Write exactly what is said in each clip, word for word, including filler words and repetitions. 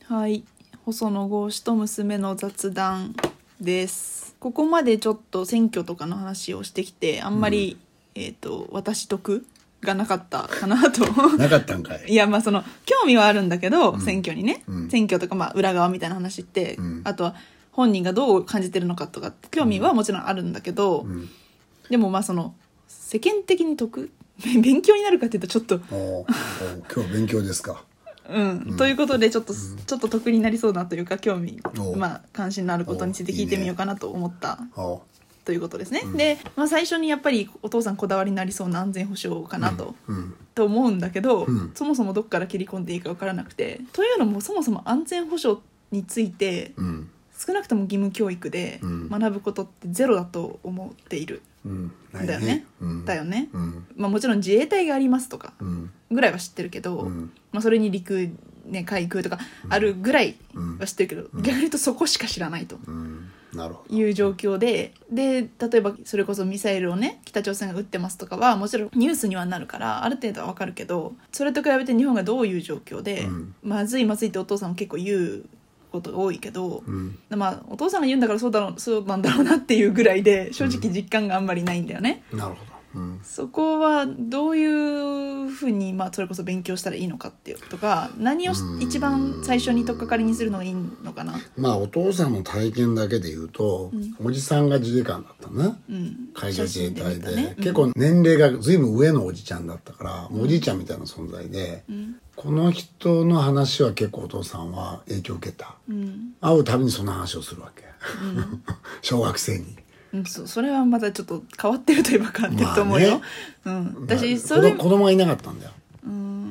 はい、細野豪志と娘の雑談です。ここまでちょっと選挙とかの話をしてきて、あんまり、うん、えっと私得がなかったかなとなかったんかい。 いや、まあその興味はあるんだけど、うん、選挙にね、 うん、 選挙とかまあ裏側みたいな話って、うん、あとは本人がどう感じてるのかとか興味はもちろんあるんだけど、うん、でもまあその世間的に得勉強になるかっていうとちょっとお今日勉強ですか。 うん、うん、ということでちょっと、うん、ちょっと得になりそうなというか興味、まあ、関心のあることについて聞いてみようかなと思ったということですね。うん、で、まあ、最初にやっぱりお父さんこだわりになりそうな安全保障かなと、うんうん、と思うんだけど、うん、そもそもどっから切り込んでいいか分からなくて、というのもそもそも安全保障について、うん、少なくとも義務教育で学ぶことってゼロだと思っている。うん、だよね、うん、だよね、うんまあ、もちろん自衛隊がありますとかぐらいは知ってるけど、うんまあ、それに陸、ね、海空とかあるぐらいは知ってるけど、うん、逆に言うとそこしか知らないという状況で、で例えばそれこそミサイルをね北朝鮮が撃ってますとかはもちろんニュースにはなるからある程度は分かるけど、それと比べて日本がどういう状況で、うん、まずいまずいってお父さんも結構言うことが多いけど、うん、まあお父さんが言うんだからそうだろう、そうなんだろうなっていうぐらいで正直実感があんまりないんだよね、 うん、なるほど、うん、 そこはどういうふうに、まあ、それこそ勉強したらいいのかっていうとか、何を一番最初に取っかかりにするのがいいのかな。 まあお父さんの体験だけで言うと、うん、おじさんが自衛官だったね、うん、海上自衛隊 で, で、ねうん、結構年齢が随分上のおじちゃんだったから、うん、おじいちゃんみたいな存在で、うんこの人の話は結構お父さんは影響を受けた、うん、会うたびにその話をするわけ、うん、小学生に、 うん、そ, それはまたちょっと変わってるといえば変わってると思うよ、まあねうん、私それ子供がいなかったんだよ、うん、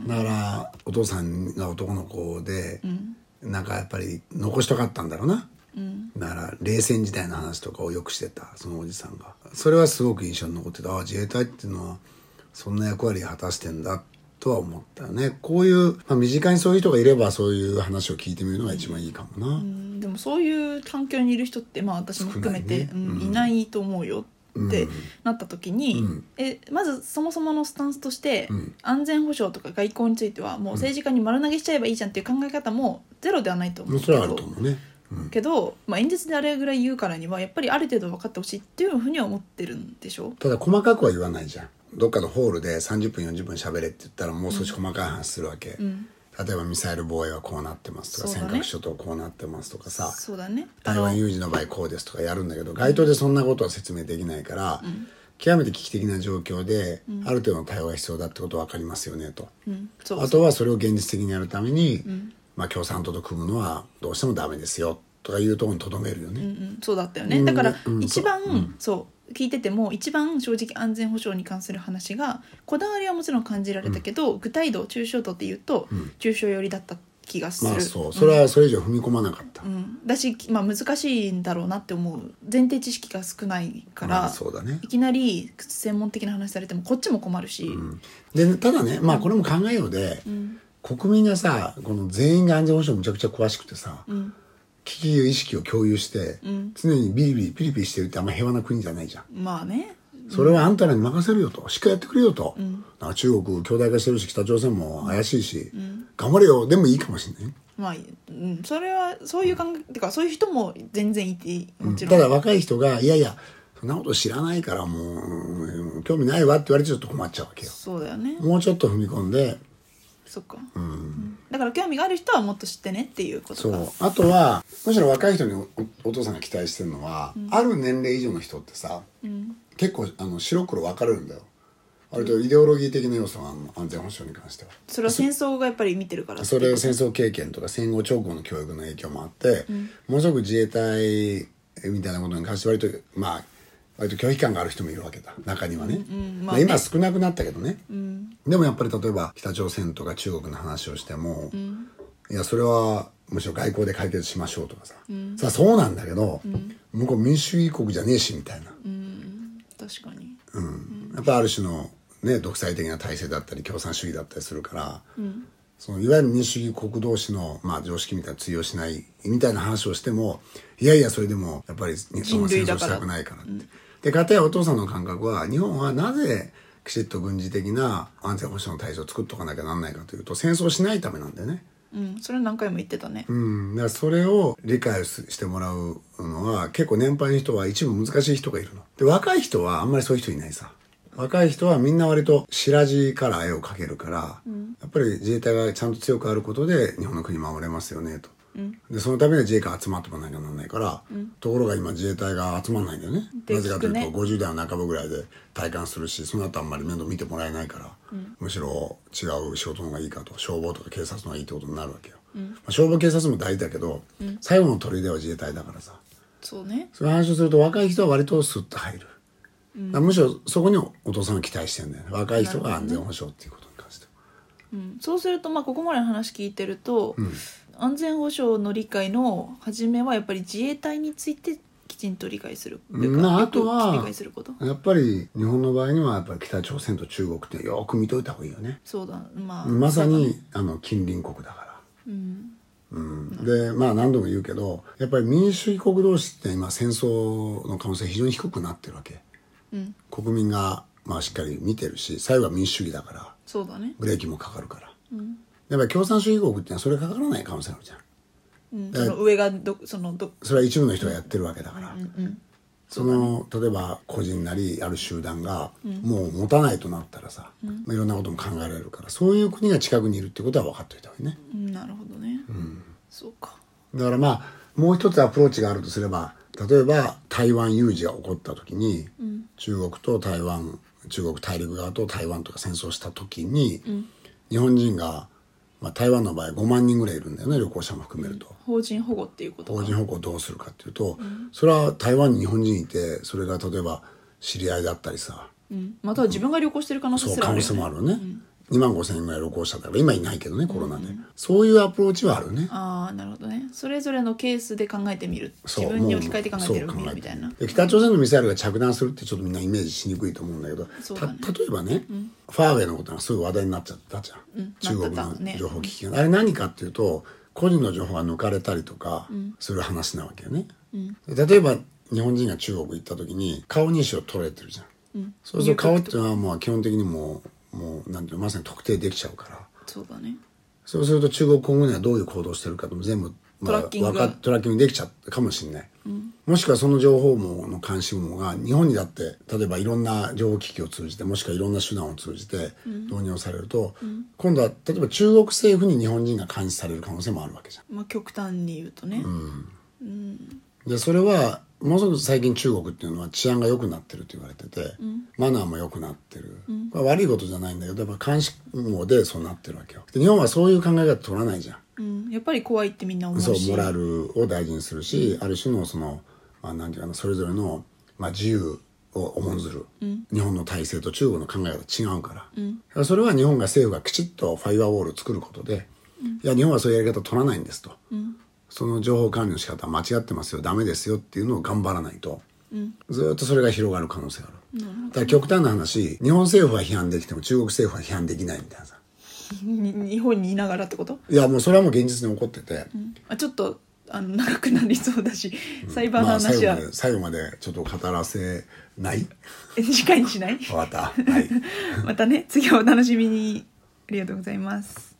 だからお父さんが男の子で、うん、なんかやっぱり残したかったんだろうな、うん、だから冷戦時代の話とかをよくしてたそのおじさんが、それはすごく印象に残ってた。ああ自衛隊っていうのはそんな役割を果たしてんだってとは思ったよね。こういう、まあ、身近にそういう人がいればそういう話を聞いてみるのが一番いいかもな、うん、 でもそういう環境にいる人って、まあ、私も含めてい、ねうん、いないと思うよってなった時に、うん、えまずそもそものスタンスとして、うん、安全保障とか外交についてはもう政治家に丸投げしちゃえばいいじゃんっていう考え方もゼロではないと思うけど、 それはあると思うね、うん、 けど、まあ、演説であれぐらい言うからにはやっぱりある程度分かってほしいっていうふうには思ってるんでしょ。 ただ細かくは言わないじゃん。どっかのホールでさんじゅっぷんよんじゅっぷん喋れって言ったらもう少し細かい話するわけ、うん、例えばミサイル防衛はこうなってますとか、尖閣諸島こうなってますとかさ、 そうだね、 台湾有事の場合こうですとかやるんだけど、街頭でそんなことは説明できないから、うん、極めて危機的な状況で、うん、ある程度の対応が必要だってことは分かりますよねと、うん、そうそう、あとはそれを現実的にやるために、うんまあ、共産党と組むのはどうしてもダメですよとかいうところにとどめるよね、 うんうん、そうだったよね、だから一番、うん、そう聞いてても一番正直安全保障に関する話がこだわりはもちろん感じられたけど、うん、具体度抽象度っていうと、うん、抽象寄りだった気がする。 まあそう、それはそれ以上踏み込まなかった、 うん、だし、まあ、難しいんだろうなって思う。前提知識が少ないから、 まあそうだね、 いきなり専門的な話されてもこっちも困るし、うん、 でただね、まあこれも考えようで、うん、国民がさこの全員が安全保障むちゃくちゃ詳しくてさ、うん危機意識を共有して、うん、常にビリビリピリピリしてるってあんま平和な国じゃないじゃん。 まあね、 うん、それはあんたらに任せるよと、しっかりやってくれよと、うん、なんか中国強大化してるし北朝鮮も怪しいし、うん、頑張れよでもいいかもしれない。まあ、 うん、それはそういう考え、うん、てかそういう人も全然いていい、もちろん、 うん、ただ若い人がいやいやそんなこと知らないからもう興味ないわって言われてちょっと困っちゃうわけよ。 そうだよね。 もうちょっと踏み込んで、 そっか、うんうん、だから興味がある人はもっと知ってねっていうことか。 そうあとはむしろ若い人に お, お父さんが期待してるのは、うん、ある年齢以上の人ってさ、うん、結構あの白黒分かれるんだよ。割とイデオロギー的な要素があるの、安全保障に関しては。 それは戦争がやっぱり見てるから。 それ戦争経験とか戦後直後の教育の影響もあって、うん、ものすごく自衛隊みたいなことに関して割とまあ割と拒否感がある人もいるわけだ、中にはね、うんうんまあね、まあ、今少なくなったけどね、うん、でもやっぱり例えば北朝鮮とか中国の話をしても、うん、いやそれはむしろ外交で解決しましょうとかさ、うん、さあそうなんだけど、うん、向こう民主主義国じゃねえしみたいな、 うん、確かに、 うん、やっぱある種の、ね、独裁的な体制だったり共産主義だったりするから、うん、そのいわゆる民主主義国同士の、まあ、常識みたいな通用しないみたいな話をしても、いやいやそれでもやっぱり日本は戦争したくないからって、うん、で片やお父さんの感覚は日本はなぜきちっと軍事的な安全保障の体制を作っとかなきゃなんないかというと、戦争しないためなんだよね。 うん、それ何回も言ってたね。 うん、だからそれを理解してもらうのは結構年配の人は一部難しい人がいるの。で若い人はあんまりそういう人いないさ。若い人はみんな割と白地から絵を描けるから、うん、やっぱり自衛隊がちゃんと強くあることで日本の国守れますよねと、うん、でそのために自衛官集まってもらわなきゃならないから、うん、ところが今自衛隊が集まらないんだよね。なぜかというとごじゅう代の半ばぐらいで退官するし、その後あんまり面倒見てもらえないから、うん、むしろ違う仕事の方がいいかと、消防とか警察の方がいいってことになるわけよ、うんまあ、消防警察も大事だけど、うん、最後の砦は自衛隊だからさ。 そうね。 そういう話をすると若い人は割とスッと入る。うん、むしろそこにお父さんは期待してるんだよね。若い人が安全保障っていうことに関して、 うん、そうするとまあここまでの話聞いてると、うん、安全保障の理解の初めはやっぱり自衛隊についてきちんと理解する、 うん、あとはやっぱり日本の場合にはやっぱり北朝鮮と中国ってよく見といた方がいいよね。 そうだ、まあ、 まさに、ね、あの近隣国だから、うんうん、でまあ何度も言うけどやっぱり民主主義国同士って今戦争の可能性非常に低くなってるわけ。うん、国民が、まあ、しっかり見てるし最後は民主主義だからそうだね、 ブレーキもかかるから、うん、やっぱり共産主義国っていうのはそれかからない可能性あるじゃん、 うん、その上がどそのどそれは一部の人がやってるわけだから、うんうんうん、その例えば個人なりある集団がもう持たないとなったらさ、うんまあ、いろんなことも考えられるからそういう国が近くにいるってことは分かっておいた方がいいね、 うん、なるほどね、うん、そうか。 だからまあもう一つアプローチがあるとすれば例えば台湾有事が起こった時に、うん、中国と台湾中国大陸側と台湾とか戦争した時に、うん、日本人が、まあ、台湾の場合ごまんにんぐらいいるんだよね旅行者も含めると、 うん、法人保護っていうことか。 法人保護をどうするかっていうと、うん、それは台湾に日本人いてそれが例えば知り合いだったりさ、 うん、または自分が旅行してる可能性すらあるよね。 そう可能性もあるよね、うんにまんごせんえんぐらい旅行者だから今いないけどねコロナで、うんうん、そういうアプローチはあるね。 ああなるほどね。それぞれのケースで考えてみる、自分に置き換えて考えてみるみたいな。 で北朝鮮のミサイルが着弾するってちょっとみんなイメージしにくいと思うんだけど、た例えばね、うん、ファーウェイのことがすごい話題になっちゃったじゃん、うん、中国の情報機器が、ね、あれ何かっていうと個人の情報が抜かれたりとかする話なわけよね、うん、例えば日本人が中国行った時に顔認証取られてるじゃん、うん、そうすると顔っていうのはもう基本的にもうもうなんていうのまさに特定できちゃうから。 そうだね。 そうすると中国今後にはどういう行動してるかとも全部、まあ、トラッキングトラッキングできちゃうかもしれない、うん、もしくはその情報網の監視網が日本にだって例えばいろんな情報機器を通じてもしくはいろんな手段を通じて導入されると、うん、今度は例えば中国政府に日本人が監視される可能性もあるわけじゃん、 まあ、極端に言うとね、うんうん、でそれはものすごく最近中国っていうのは治安が良くなってると言われてて、うん、マナーも良くなってる、うん、これは悪いことじゃないんだけどやっぱ監視網でそうなってるわけよ。で日本はそういう考え方取らないじゃん、 うん、やっぱり怖いってみんな思うしそうモラルを大事にするし、うん、ある種のその、まあ、なんていうかなそれぞれの、まあ、自由を重んずる、うん、日本の体制と中国の考え方違うから、うん、だからそれは日本が政府がきちっとファイアウォールを作ることで、うん、いや日本はそういうやり方取らないんですと、うんその情報管理の仕方は間違ってますよダメですよっていうのを頑張らないと、うん、ずっとそれが広がる可能性がある、うん、だから極端な話日本政府は批判できても中国政府は批判できないみたいなさ日本にいながらってこと？ いやもうそれはもう現実に起こってて、 うん、あちょっとあの長くなりそうだし、うん、サイバーの話は、 まあ、最後まで、最後までちょっと語らせない次回にしない？ また、はい、 またね次をお楽しみに。ありがとうございます。